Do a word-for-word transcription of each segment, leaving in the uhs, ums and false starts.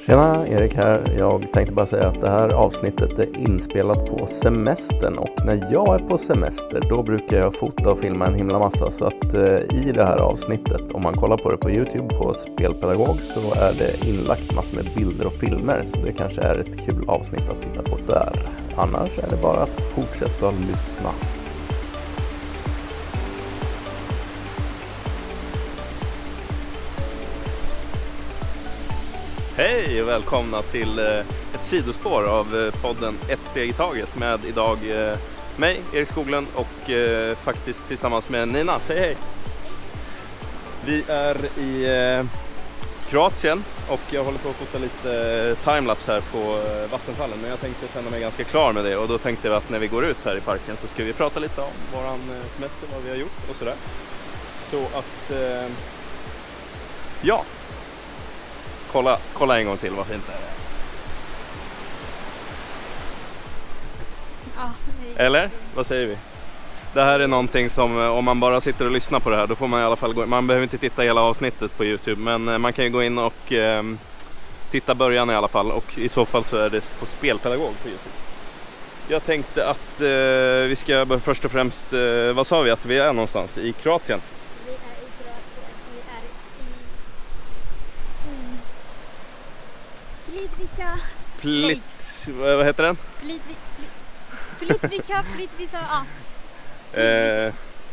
Tjena, Erik här. Jag tänkte bara säga att det här avsnittet är inspelat på semestern, och när jag är på semester då brukar jag fota och filma en himla massa, så att eh, i det här avsnittet, om man kollar på det på YouTube på Spelpedagog, så är det inlagt massor med bilder och filmer, så det kanske är ett kul avsnitt att titta på där. Annars är det bara att fortsätta lyssna. Hej och välkomna till ett sidospår av podden Ett steg i taget med idag mig, Erik Skoglund, och faktiskt tillsammans med Nina. Säg hej! Vi är i Kroatien och jag håller på att fota lite timelapse här på vattenfallen, men jag tänkte känna mig ganska klar med det, och då tänkte jag att när vi går ut här i parken så ska vi prata lite om våran semester, vad vi har gjort och sådär. Så att, ja... Kolla, kolla en gång till vad fint det är. Ja, eller? Vad säger vi? Det här är någonting som, om man bara sitter och lyssnar på det här, då får man i alla fall gå, man behöver inte titta hela avsnittet på YouTube, men man kan ju gå in och eh, titta början i alla fall, och i så fall så är det på Spelpedagog på YouTube. Jag tänkte att eh, vi ska först och främst, eh, vad sa vi att vi är någonstans? I Kroatien? Vi är i Kroatien, vi är i... Plitvica Plit, vad heter den? Plitvi, plit, Plitvica, Plitvica, ja. Eh,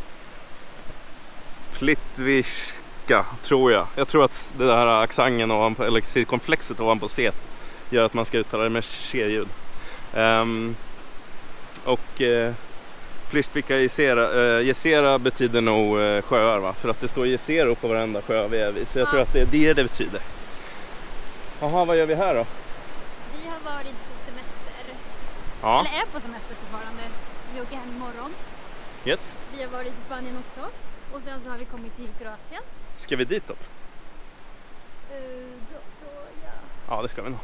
Plitvica, tror jag. Jag tror att det där accenten ovanpå, eller cirkumflexet ovanpå set gör att man ska uttala det med C-ljud. Um, och eh, Plitvica Jezera, eh, Jezera betyder nog eh, sjöar, va? För att det står Jezero på varenda sjö vi är vid. Så jag ja. tror att det är det det betyder. Jaha, vad gör vi här då? Vi har varit på semester. Ja. Eller är på semester fortfarande. Vi åker hem imorgon. Yes. Vi har varit i Spanien också. Och sen så har vi kommit till Kroatien. Ska vi ditåt? Uh, då, då, ja. Ja, det ska vi nog.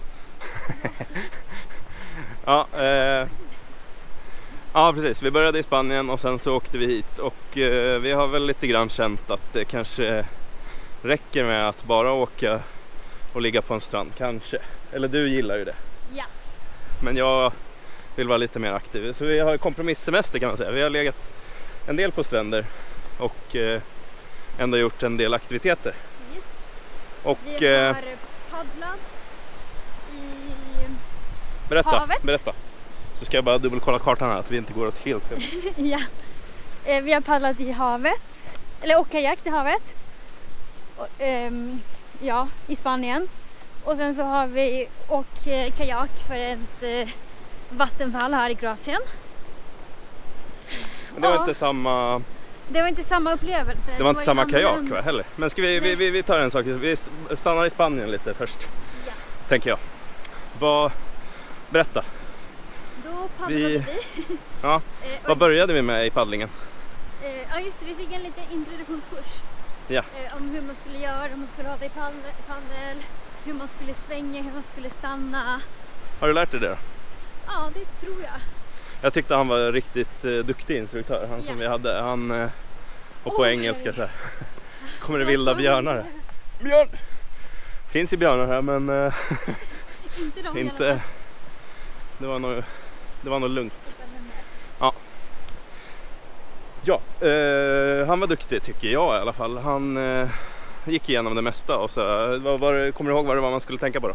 ja, eh, ja, precis. Vi började i Spanien och sen så åkte vi hit. Och eh, vi har väl lite grann känt att det kanske räcker med att bara åka och ligga på en strand, kanske. Eller du gillar ju det. Ja. Men jag vill vara lite mer aktiv. Så vi har kompromisssemester, kan man säga. Vi har legat en del på stränder och eh, ändå gjort en del aktiviteter. Yes. Och, vi har eh, paddlat i berätta, havet. Berätta. Så ska jag bara dubbelkolla kartan här, att vi inte går åt helt fel. ja. Eh, vi har paddlat i havet. Eller och kajak till havet. Och, ehm, Ja, i Spanien. Och sen så har vi åkt eh, kajak för ett eh, vattenfall här i Kroatien. Men det var ja. inte samma... Det var inte samma upplevelse. Det var, det var inte samma kajak, va, heller. Men ska vi, vi, vi, vi tar en sak. Vi stannar i Spanien lite först. Ja. Tänker jag. Vad... Berätta. Då paddlade vi. vi. ja. eh, Vad började vi med i paddlingen? Eh, ja, just det. Vi fick en liten introduktionskurs. Ja. Eh, om hur man skulle göra, hur man skulle ha det i paddel, hur man skulle svänga, hur man skulle stanna. Har du lärt dig det då? Ja, det tror jag. Jag tyckte han var riktigt eh, duktig instruktör, han ja. som vi hade. Han, eh, och på oh, engelska så här. Kommer det vilda björnar här? Björn! Finns ju björnar här, men eh, inte de inte. Det var nog, det var nog lugnt. Ja. Ja, eh, han var duktig tycker jag i alla fall. Han eh, gick igenom det mesta och så, vad, vad, kommer du ihåg vad det var man skulle tänka på då?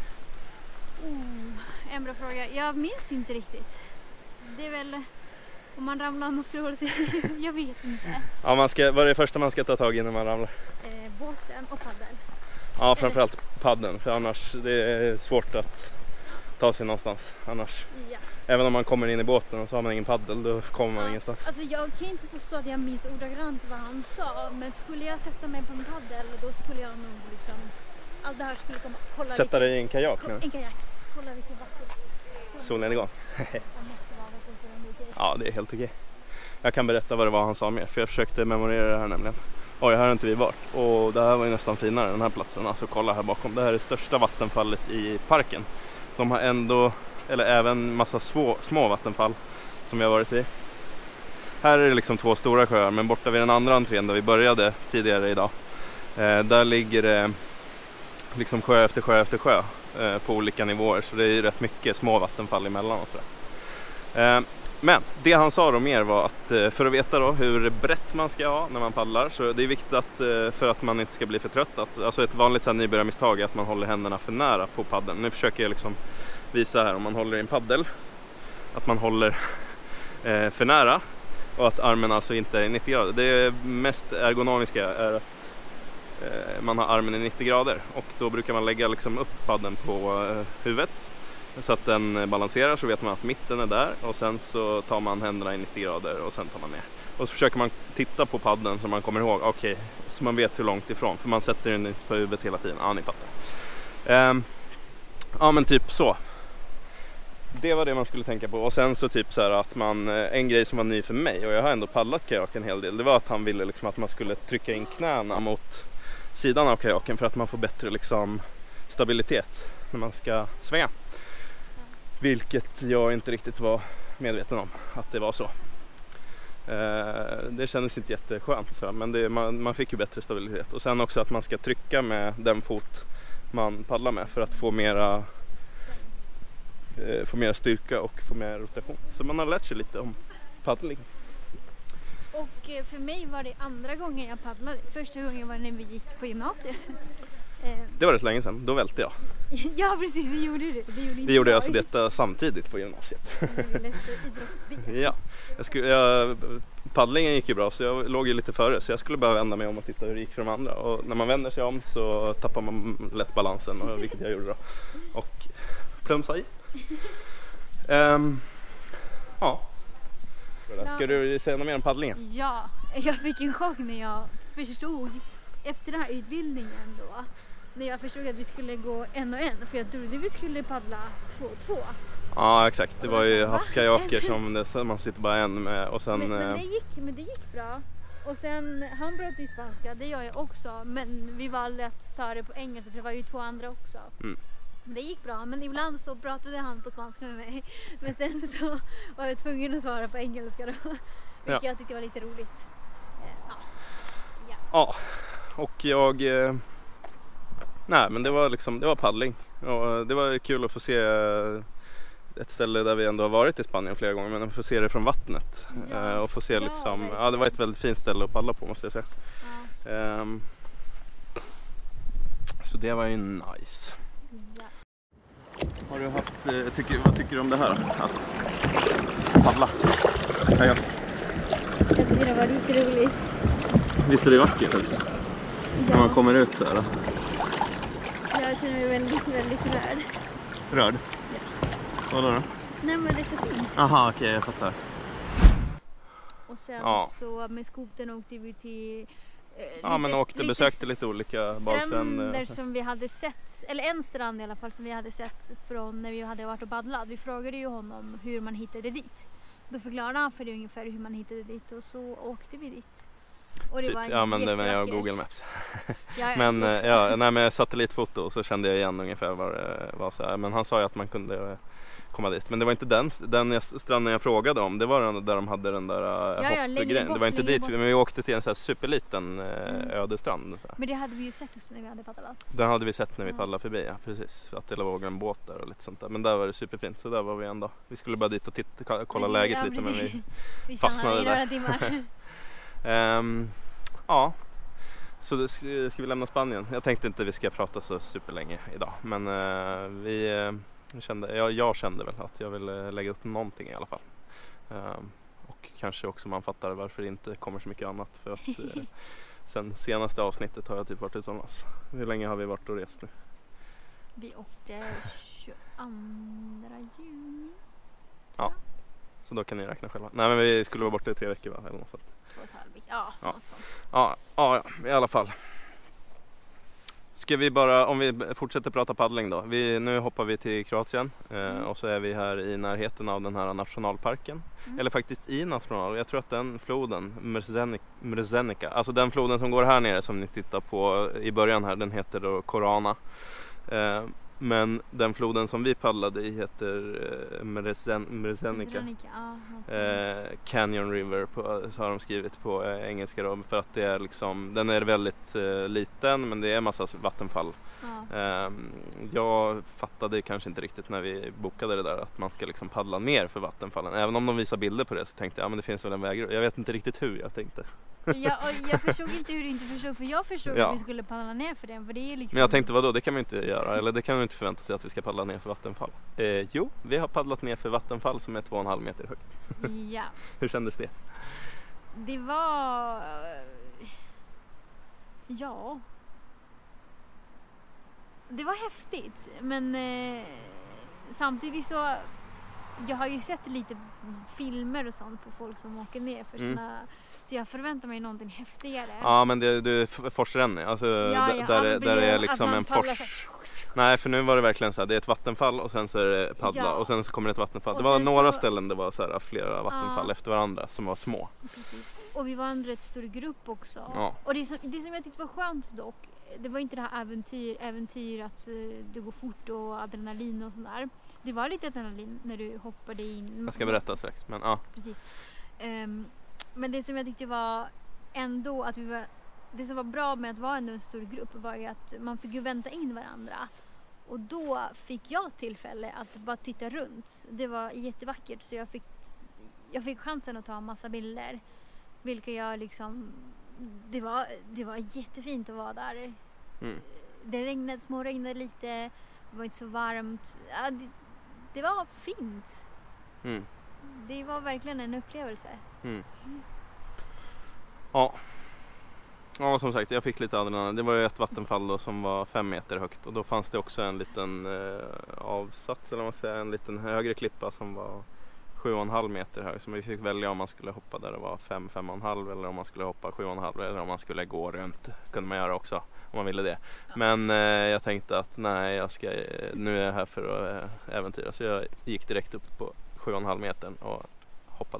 Oh, en bra fråga. Jag minns inte riktigt. Det är väl om man ramlar, man skulle hålla sig. Jag vet inte. Ja, man ska, vad är det första man ska ta tag i när man ramlar? Eh, båten och paddel. Ja, framförallt paddeln, för annars det är svårt att ta sig någonstans annars. Ja. Även om man kommer in i båten och så har man ingen paddel, då kommer man ja, ingenstans. Alltså jag kan inte påstå att jag minns ordagrant vad han sa, men skulle jag sätta mig på en paddel, då skulle jag nog liksom, allt det här skulle komma. Kolla sätta vilken, dig i en kajak nu? En kajak. Kolla vilken vacker. Solnedgång. Ja, det är helt okej. Jag kan berätta vad det var han sa mer, för jag försökte memorera det här nämligen. Oj, här har inte vi varit. Och det här var ju nästan finare, den här platsen. Alltså kolla här bakom. Det här är det största vattenfallet i parken. De har ändå, eller även massa små, små vattenfall som vi har varit vid. Här är det liksom två stora sjöar, men borta vid den andra entrén där vi började tidigare idag. Eh, där ligger det liksom sjö efter sjö efter sjö. eh, på olika nivåer, så det är ju rätt mycket små vattenfall emellan och sådär. Eh, men det han sa då mer var att eh, för att veta då hur brett man ska ha när man paddlar, så det är viktigt att eh, för att man inte ska bli för trött, att, alltså ett vanligt så här nybörjarmisstag är att man håller händerna för nära på paddeln. Nu försöker jag liksom visa här, om man håller i en paddel, att man håller eh, för nära och att armen alltså inte är nittio grader. Det mest ergonomiska är att eh, man har armen i nittio grader, och då brukar man lägga liksom upp paddeln på eh, huvudet så att den balanserar, så vet man att mitten är där, och sen så tar man händerna i nittio grader och sen tar man ner. Och så försöker man titta på paddeln så man kommer ihåg, okej, okay, så man vet hur långt ifrån, för man sätter den på huvudet hela tiden. Ja, ni fattar. Um, ja, men typ så. Det var det man skulle tänka på. Och sen så typ så här att man, en grej som var ny för mig, och jag har ändå paddlat kajak en hel del, det var att han ville liksom att man skulle trycka in knäna mot sidan av kajaken för att man får bättre liksom stabilitet när man ska svänga. Vilket jag inte riktigt var medveten om att det var så. Eh, det kändes inte jätteskönt så, men det, man, man fick ju bättre stabilitet. Och sen också att man ska trycka med den fot man paddlar med för att få mera få mer styrka och få mer rotation. Så man har lärt sig lite om paddling. Och för mig var det andra gången jag paddlade. Första gången var när vi gick på gymnasiet. Det var rätt länge sedan, då välte jag. Ja, precis, det gjorde du. Det gjorde vi gjorde alltså detta samtidigt på gymnasiet. Vi läste idrottsbil. Ja, jag skulle, jag, paddlingen gick ju bra, så jag låg ju lite före. Så jag skulle bara vända mig om och titta hur det gick för de andra. Och när man vänder sig om så tappar man lätt balansen, och vilket jag gjorde då. Och plumsa i. Um, ja. Ska du säga något mer om paddlingen? Ja, jag fick en chock när jag förstod efter den här utbildningen då, när jag förstod att vi skulle gå en och en, för jag trodde vi skulle paddla två och två. Ja, exakt. Det var ju havskajaker som det, man sitter bara en med, och sen... Men, men, det gick, men det gick bra. Och sen, han pratade ju spanska, det gör jag också, men vi valde att ta det på engelska för det var ju två andra också. Mm. Det gick bra, men ibland så pratade han på spanska med mig. Men sen så var jag tvungen att svara på engelska då. Vilket ja. jag tyckte var lite roligt. Ja. Ja. ja. Och jag... Eh, nej, men det var liksom, det var paddling. Och det var kul att få se ett ställe där vi ändå har varit i Spanien flera gånger, men att få se det från vattnet. Ja. Eh, och få se liksom... Ja, ja, det var ett väldigt fint ställe att paddla på, måste jag säga. Ja. Eh, så det var ju nice. Har du haft, tycker, vad tycker du om det här? Att paddla? Ja, ja. Jag tycker det var lite roligt. Visst är det vackert också? Ja. När man kommer ut så här. Jag känner mig väldigt, väldigt rörd. Rörd? Ja. Vadå då? Nej, men det är så fint. Aha, okej, okay, jag fattar. Och sen ja. så med skoten åkte vi till... Ja, lite, men åkte lite besökte lite olika stränder som vi hade sett, eller en strand i alla fall som vi hade sett från när vi hade varit och paddlat. Vi frågade ju honom hur man hittade dit. Då förklarade han för det ungefär hur man hittade dit, och så åkte vi dit. Och det typ, var ja, men det med jag Google Maps. ja, men ja, nej, med satellitfoto, och så kände jag igen ungefär vad det var så här. Men han sa ju att man kunde komma dit. Men det var inte den, den stranden jag frågade om. Det var den där de hade den där ja, hoppgrejen. Det var inte dit, men vi åkte till en så här superliten mm. ödestrand. Så. Men det hade vi ju sett också när vi hade paddlat. Den hade vi sett när vi paddlade förbi, ja, precis. Att det låg en båt där och lite sånt där. Men där var det superfint, så där var vi ändå. Vi skulle bara dit och titta, kolla läget ja, lite, men vi, vi fastnade där. några timmar. um, ja, så det, ska vi lämna Spanien. Jag tänkte inte vi ska prata så superlänge idag, men uh, vi... Uh, Jag kände, jag, jag kände väl att jag ville lägga upp någonting i alla fall. Um, och kanske också man fattar varför det inte kommer så mycket annat. För att eh, sen senaste avsnittet har jag typ varit utomlands. Hur länge har vi varit och rest nu? Vi åkte tjugoandra juni. Ja, så då kan ni räkna själva. Nej, men vi skulle vara borta i tre veckor, va? Eller något sånt. Två och ett halvt, ja, ja. Något sånt. Ja, ja, i alla fall. Ska vi bara, om vi fortsätter prata paddling då. Vi, nu hoppar vi till Kroatien eh, mm. och så är vi här i närheten av den här nationalparken. Mm. Eller faktiskt i national. Jag tror att den floden, Mrzenica, alltså den floden som går här nere som ni tittar på i början här, den heter då Korana. Eh, Men den floden som vi paddlade i heter eh, Mresen- Mresenica. Ja, eh, Canyon River på, så har de skrivit på eh, engelska då, för att det är liksom, den är väldigt eh, liten, men det är massa vattenfall. Ja. Eh, jag fattade kanske inte riktigt när vi bokade det där att man ska liksom paddla ner för vattenfallen. Även om de visar bilder på det så tänkte jag, ja men det finns väl en väg. Jag vet inte riktigt hur jag tänkte. Ja, och jag förstod inte hur du inte förstod, för jag förstod Ja. att vi skulle paddla ner för den, för det är liksom... Men jag tänkte, vadå, det kan man inte göra, eller det kan man inte förvänta sig att vi ska paddla ner för vattenfall. Eh, jo, vi har paddlat ner för vattenfall som är två och en halv meter högt. Ja. Hur kändes det? Det var... Ja... Det var häftigt, men eh, samtidigt så... Jag har ju sett lite filmer och sånt på folk som åker ner för sina... Mm. Så jag förväntar mig någonting häftigare. Ja, men det, du är forsrännig. Alltså, ja, ja, där, ja, där är det liksom en fors... Nej, för nu var det verkligen så här, det är ett vattenfall och sen så är det paddla ja. Och sen så kommer det ett vattenfall. Och det var några så... ställen det var så här, flera vattenfall ja. Efter varandra som var små. Precis. Och vi var en rätt stor grupp också. Ja. Och det som, det som jag tyckte var skönt dock, det var inte det här äventyr, äventyr att uh, det går fort och adrenalin och sådär. Det var lite adrenalin när du hoppade in. Jag ska berätta strax, men ja. Precis. Um, men det som jag tyckte var ändå att vi var, det som var bra med att vara en stor grupp var ju att man fick ju vänta in varandra. Och då fick jag tillfälle att bara titta runt. Det var jättevackert, så jag fick, jag fick chansen att ta en massa bilder. Vilka jag liksom, det var, det var jättefint att vara där. Mm. Det regnade, småregnade lite, det var inte så varmt. Ja, det, det var fint. Mm. Det var verkligen en upplevelse. Mm. Ja. Ja, som sagt, jag fick lite adrenalin. Det var ju ett vattenfall då som var fem meter högt. Och då fanns det också en liten eh, avsats, eller vad man säger, en liten högre klippa som var sju och en halv meter hög. Så vi fick välja om man skulle hoppa där det var fem, fem och en halv, eller om man skulle hoppa sju och en halv, eller om man skulle gå runt. Kunde man göra också om man ville det. Men eh, jag tänkte att nej, jag ska, nu är jag här för att eh, äventyra. Så jag gick direkt upp på sju och en halv meter och hoppade.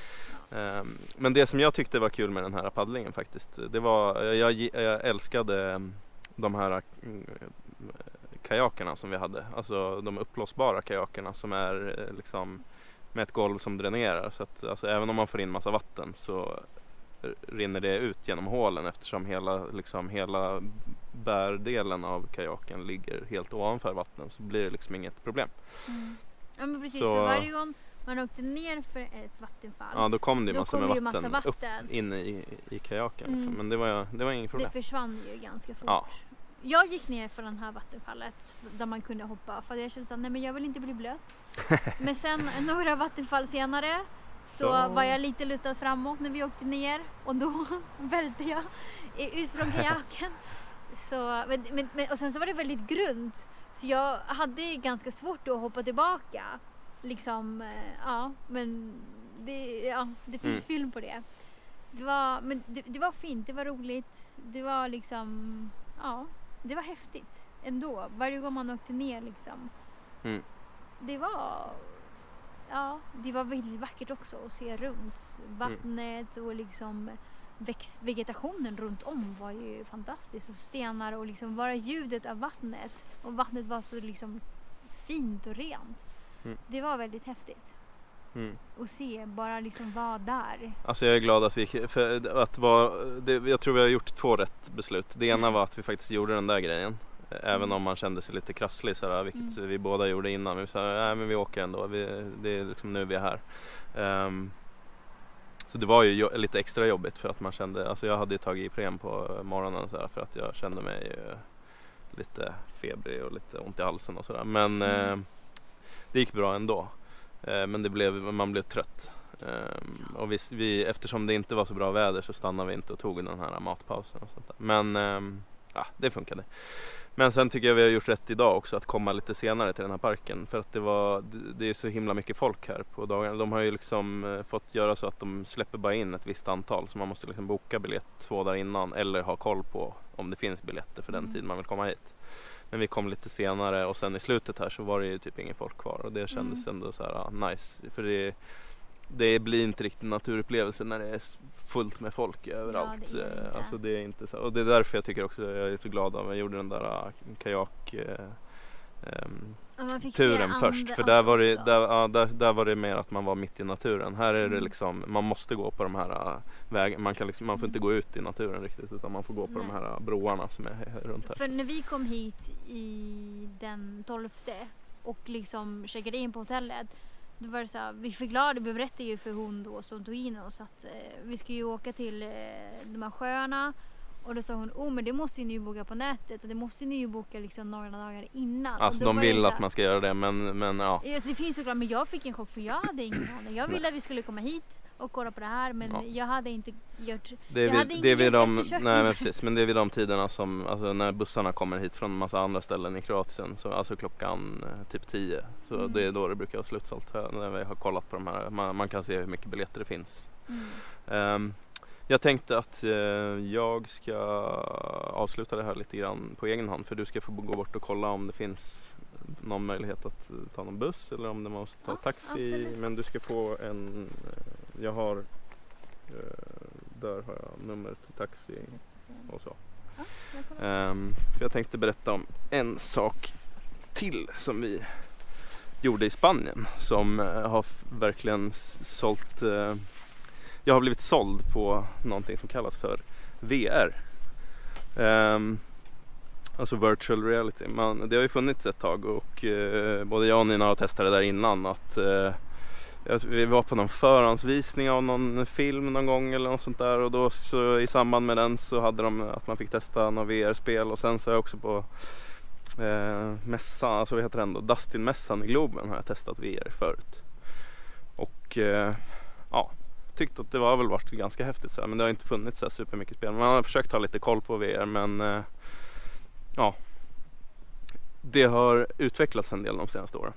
Um, men det som jag tyckte var kul med den här paddlingen faktiskt, det var, jag, jag älskade de här mm, kajakerna som vi hade. Alltså de uppblåsbara kajakerna som är liksom med ett golv som dränerar. Så att alltså, även om man får in massa vatten så rinner det ut genom hålen, eftersom hela, liksom, hela bärdelen av kajaken ligger helt ovanför vatten, så blir det liksom inget problem. Mm. Ja, men precis, så... för varje gång man åkte ner för ett vattenfall, ja, då kom det ju massa, med vatten, massa vatten upp inne i, i kajaken. Mm. Liksom. Men det var, det var inget problem. Det försvann ju ganska fort. Ja. Jag gick ner för den här vattenfallet där man kunde hoppa, för jag kände att nej, men jag vill inte bli blöt. Men sen några vattenfall senare så, så var jag lite lutad framåt när vi åkte ner, och då välte jag ut från kajaken. Så, men, men, men, och sen så var det väldigt grunt, så jag hade ganska svårt att hoppa tillbaka. Liksom, ja, men det, ja, det finns mm. film på det. Det var, men det, det var fint, det var roligt. Det var liksom, ja, det var häftigt ändå. Varje gång man åkte ner liksom. Mm. Det var, ja, det var väldigt vackert också att se runt vattnet mm. och liksom växt, vegetationen runt om var ju fantastisk, och stenar och liksom bara ljudet av vattnet, och vattnet var så liksom fint och rent. Mm. Det var väldigt häftigt mm. att se, bara liksom vara där. Alltså jag är glad att vi, för att vara, det, jag tror vi har gjort två rätt beslut. Det ena mm. var att vi faktiskt gjorde den där grejen. Även mm. om man kände sig lite krasslig sådär, vilket mm. vi båda gjorde innan. Vi sa, nej men vi åker ändå, vi, det är liksom nu vi är här. Um, så det var ju jo, lite extra jobbigt för att man kände, alltså jag hade ju tagit Ipren på morgonen sådär, för att jag kände mig uh, lite febrig och lite ont i halsen och sådär. Men mm. uh, det gick bra ändå. Uh, men det blev, man blev trött. Uh, och vi, vi, eftersom det inte var så bra väder så stannade vi inte och tog den här matpausen och sånt där. Men uh, ja, det funkade. Men sen tycker jag vi har gjort rätt idag också att komma lite senare till den här parken, för att det var, det är så himla mycket folk här på dagarna. De har ju liksom fått göra så att de släpper bara in ett visst antal, så man måste liksom boka biljett två dagar innan eller ha koll på om det finns biljetter för den mm. tid man vill komma hit. Men vi kom lite senare, och sen i slutet här så var det ju typ ingen folk kvar, och det kändes mm. ändå så här ah, nice, för det det blir inte riktigt en naturupplevelse när det är fullt med folk överallt. Ja, det är det. Alltså det är inte så. Och det är därför jag tycker också jag är så glad av att jag gjorde den där kajak um, man fick turen se först. För där var, det, där, ja, där, där var det mer att man var mitt i naturen. Här är mm. det liksom, man måste gå på de här uh, vägarna. Man, kan liksom, man får inte gå ut i naturen riktigt, utan man får gå på Nej. de här uh, broarna som är runt här. För när vi kom hit i den tolfte och liksom checkade in på hotellet, då var det så här, vi förklarade, vi berättade ju för hon då som tog in oss att eh, vi ska ju åka till eh, de här sjöarna. Och då sa hon, oh men det måste ju ni boka på nätet och det måste ni ju boka liksom några dagar innan. Alltså de vill att man ska göra det, men, men ja. Just, det finns såklart, men jag fick en chock för jag hade ingen aning. Jag ville att vi skulle komma hit och kolla på det här, men ja. jag hade inte gjort det. Är jag vid, hade det är vid de, nej men precis, men det är vid de tiderna som, alltså när bussarna kommer hit från en massa andra ställen i Kroatien, så alltså klockan typ tio, så mm. det är då det brukar vara slutsålt när vi har kollat på de här. Man, man kan se hur mycket biljetter det finns. Mm. Um, Jag tänkte att eh, jag ska avsluta det här lite grann på egen hand, för du ska få gå bort och kolla om det finns någon möjlighet att ta någon buss eller om det måste ta ja, taxi. Absolut. Men du ska få en, eh, jag har, eh, där har jag nummer till taxi och så. Ja, jag, um, för jag tänkte berätta om en sak till som vi gjorde i Spanien som eh, har verkligen sålt... Eh, Jag har blivit såld på någonting som kallas för V R. Um, alltså virtual reality. Man, det har ju funnits ett tag och uh, både jag och Nina har testat det där innan. Att, uh, vi var på någon förhandsvisning av någon film någon gång eller något sånt där. Och då så, i samband med den så hade de att man fick testa några V R-spel. Och sen så har jag också på uh, mässan, alltså vad heter den då? Dustin-mässan i Globen har jag testat V R förut. Och uh, ja... tyckte att det var väl varit ganska häftigt så här, men det har inte funnits så här supermycket spel. Man har försökt ha lite koll på V R, men eh, ja, det har utvecklats en del de senaste åren.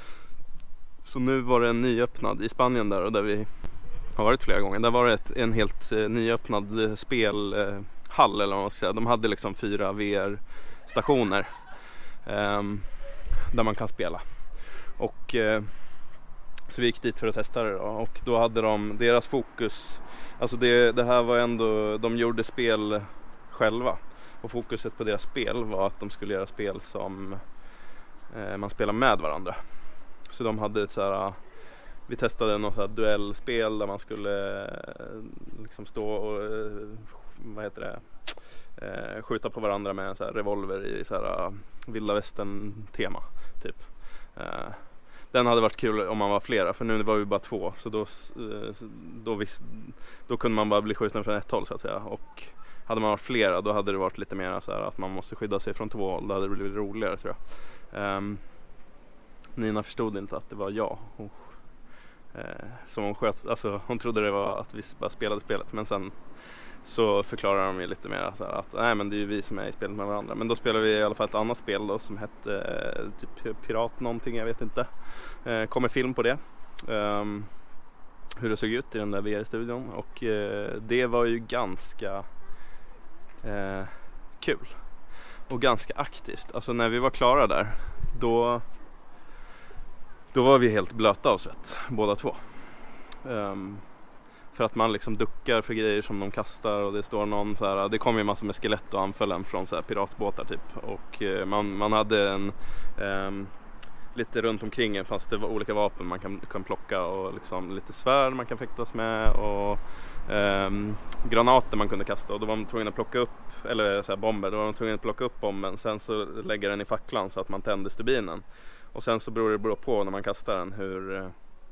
Så nu var det en nyöppnad i Spanien där, och där vi har varit flera gånger. Där var det ett, en helt eh, nyöppnad spelhall, eller vad man ska säga. De hade liksom fyra V R-stationer eh, där man kan spela. Och eh, så vi gick dit för att testa det då, och då hade de deras fokus, alltså det, det här var ändå, de gjorde spel själva och fokuset på deras spel var att de skulle göra spel som eh, man spelar med varandra. Så de hade ett så här, vi testade något så här duellspel där man skulle eh, liksom stå och eh, vad heter det eh, skjuta på varandra med en så här revolver i så här vilda västern tema typ. Eh, Den hade varit kul om man var flera, för nu var vi bara två, så då, då, vis, då kunde man bara bli skjuten från ett håll så att säga. Och hade man varit flera, då hade det varit lite mer så här att man måste skydda sig från två håll. Då hade det blivit roligare, tror jag. Um, Nina förstod inte att det var jag hon, eh, som hon sköt. Alltså hon trodde det var att vi bara spelade spelet, men sen så förklarar de ju lite mer så här att nej, men det är ju vi som är i spelet med varandra. Men då spelar vi i alla fall ett annat spel då som hette eh, typ Pirat någonting, jag vet inte. Eh, kommer film på det. Um, hur det såg ut i den där V R-studion. Och eh, det var ju ganska eh, kul. Och ganska aktivt. Alltså när vi var klara där, då, då var vi helt blöta av svett, båda två. Um, För att man liksom duckar för grejer som de kastar, och det står någon så här, det kommer ju massor med skelett och anfällen från så här piratbåtar typ, och eh, man, man hade en eh, lite runt omkring en, fast det var olika vapen man kan, kan plocka, och liksom lite svärd man kan fäktas med, och eh, granater man kunde kasta, och då var man tvungen att plocka upp, eller så här bomber, då var man tvungen att plocka upp bomben, sen så lägga den i facklan så att man tände stubinen, och sen så beror det beror på när man kastar den hur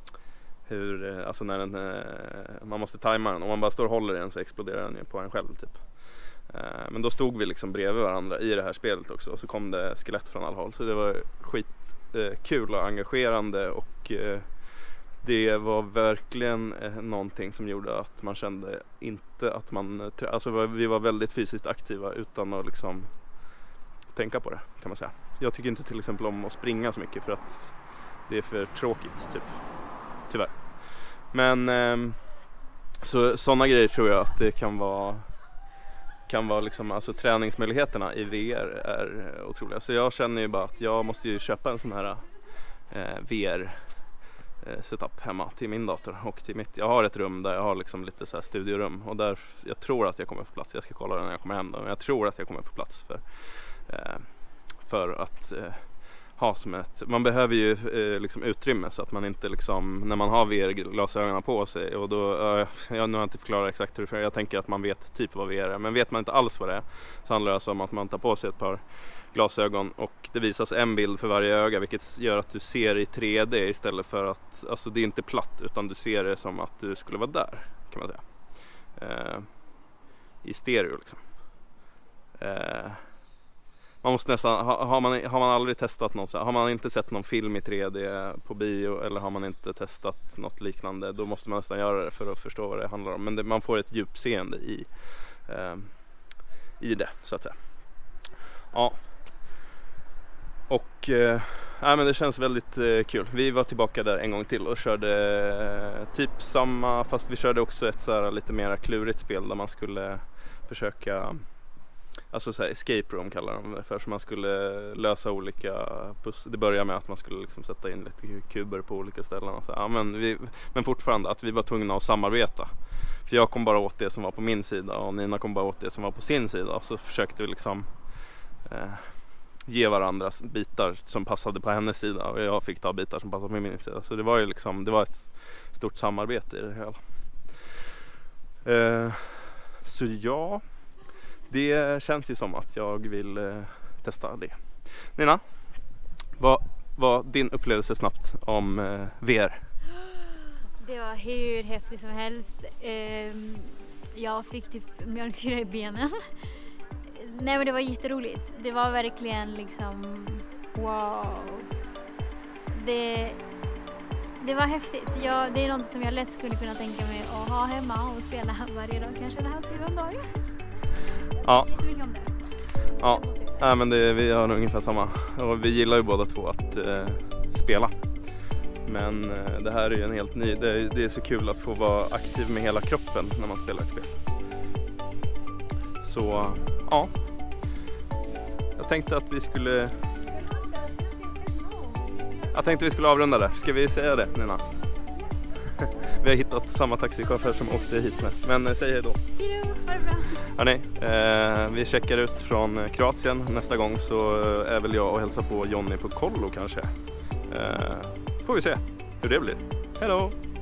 hur, alltså när den, man måste tajma den. Om man bara står och håller den så exploderar den ju på en själv typ. Men då stod vi liksom bredvid varandra i det här spelet också, och så kom det skelett från alla håll. Så det var skitkul och engagerande, och det var verkligen någonting som gjorde att man kände inte att man, alltså vi var väldigt fysiskt aktiva utan att liksom tänka på det, kan man säga. Jag tycker inte till exempel om att springa så mycket, för att det är för tråkigt typ. Tyvärr. Men eh, så sådana grejer tror jag att det kan vara kan vara liksom, alltså träningsmöjligheterna i V R är otroliga. Så jag känner ju bara att jag måste ju köpa en sån här eh, V R eh, setup hemma till min dator och till mitt. Jag har ett rum där jag har liksom lite så här studierum, och där jag tror att jag kommer få plats. Jag ska kolla det när jag kommer hem då, men jag tror att jag kommer få plats för eh, för att eh, ha som ett, man behöver ju eh, liksom utrymme så att man inte liksom, när man har V R-glasögonen på sig och då, eh, jag nu har inte förklarat exakt hur, för jag tänker att man vet typ vad V R är, men vet man inte alls vad det är så handlar det alltså om att man tar på sig ett par glasögon och det visas en bild för varje öga, vilket gör att du ser i tre D istället för att, alltså det är inte platt utan du ser det som att du skulle vara där, kan man säga. Eh, I stereo liksom. Eh, man måste nästan, ha, har, man, har man aldrig testat något, har man inte sett någon film i tre D på bio eller har man inte testat något liknande, då måste man nästan göra det för att förstå vad det handlar om. Men det, man får ett djupseende i, eh, i det, så att säga. Ja. Och eh, ja, men det känns väldigt eh, kul. Vi var tillbaka där en gång till och körde eh, typ samma, fast vi körde också ett så här, lite mer klurigt spel där man skulle försöka, alltså så här, escape room kallar de det för, så man skulle lösa olika pussel. Det börjar med att man skulle liksom sätta in lite kuber på olika ställen och så. Ja, men, vi, men fortfarande att vi var tvungna att samarbeta. För jag kom bara åt det som var på min sida och Nina kom bara åt det som var på sin sida, och så försökte vi liksom eh, ge varandra bitar som passade på hennes sida och jag fick ta bitar som passade på min sida. Så det var ju liksom, det var ett stort samarbete i det hela. Eh, så ja, det känns ju som att jag vill eh, testa det. Nina, vad var din upplevelse snabbt om eh, V R? Det var hur häftigt som helst. Eh, jag fick typ mjölksyra i benen. Nej, men det var jätteroligt. Det var verkligen liksom wow. Det, det var häftigt. Jag, det är något som jag lätt skulle kunna tänka mig att ha hemma och spela varje dag. Kanske det här skulle en dag. Ja. Jättemycket om det. Ja, ja men det, vi har nog ungefär samma. Och vi gillar ju båda två att eh, spela. Men eh, det här är ju en helt ny. Det, det är så kul att få vara aktiv med hela kroppen när man spelar ett spel. Så ja, jag tänkte att vi skulle Jag tänkte vi skulle avrunda där. Ska vi säga det, Nina? Vi har hittat samma taxichaufför som åkte hit med. Men eh, säg hej då. Hej då, ha det bra. Hörrni, eh, vi checkar ut från Kroatien. Nästa gång så är väl jag och hälsar på Johnny på kollo kanske. Eh, får vi se hur det blir. Hej då!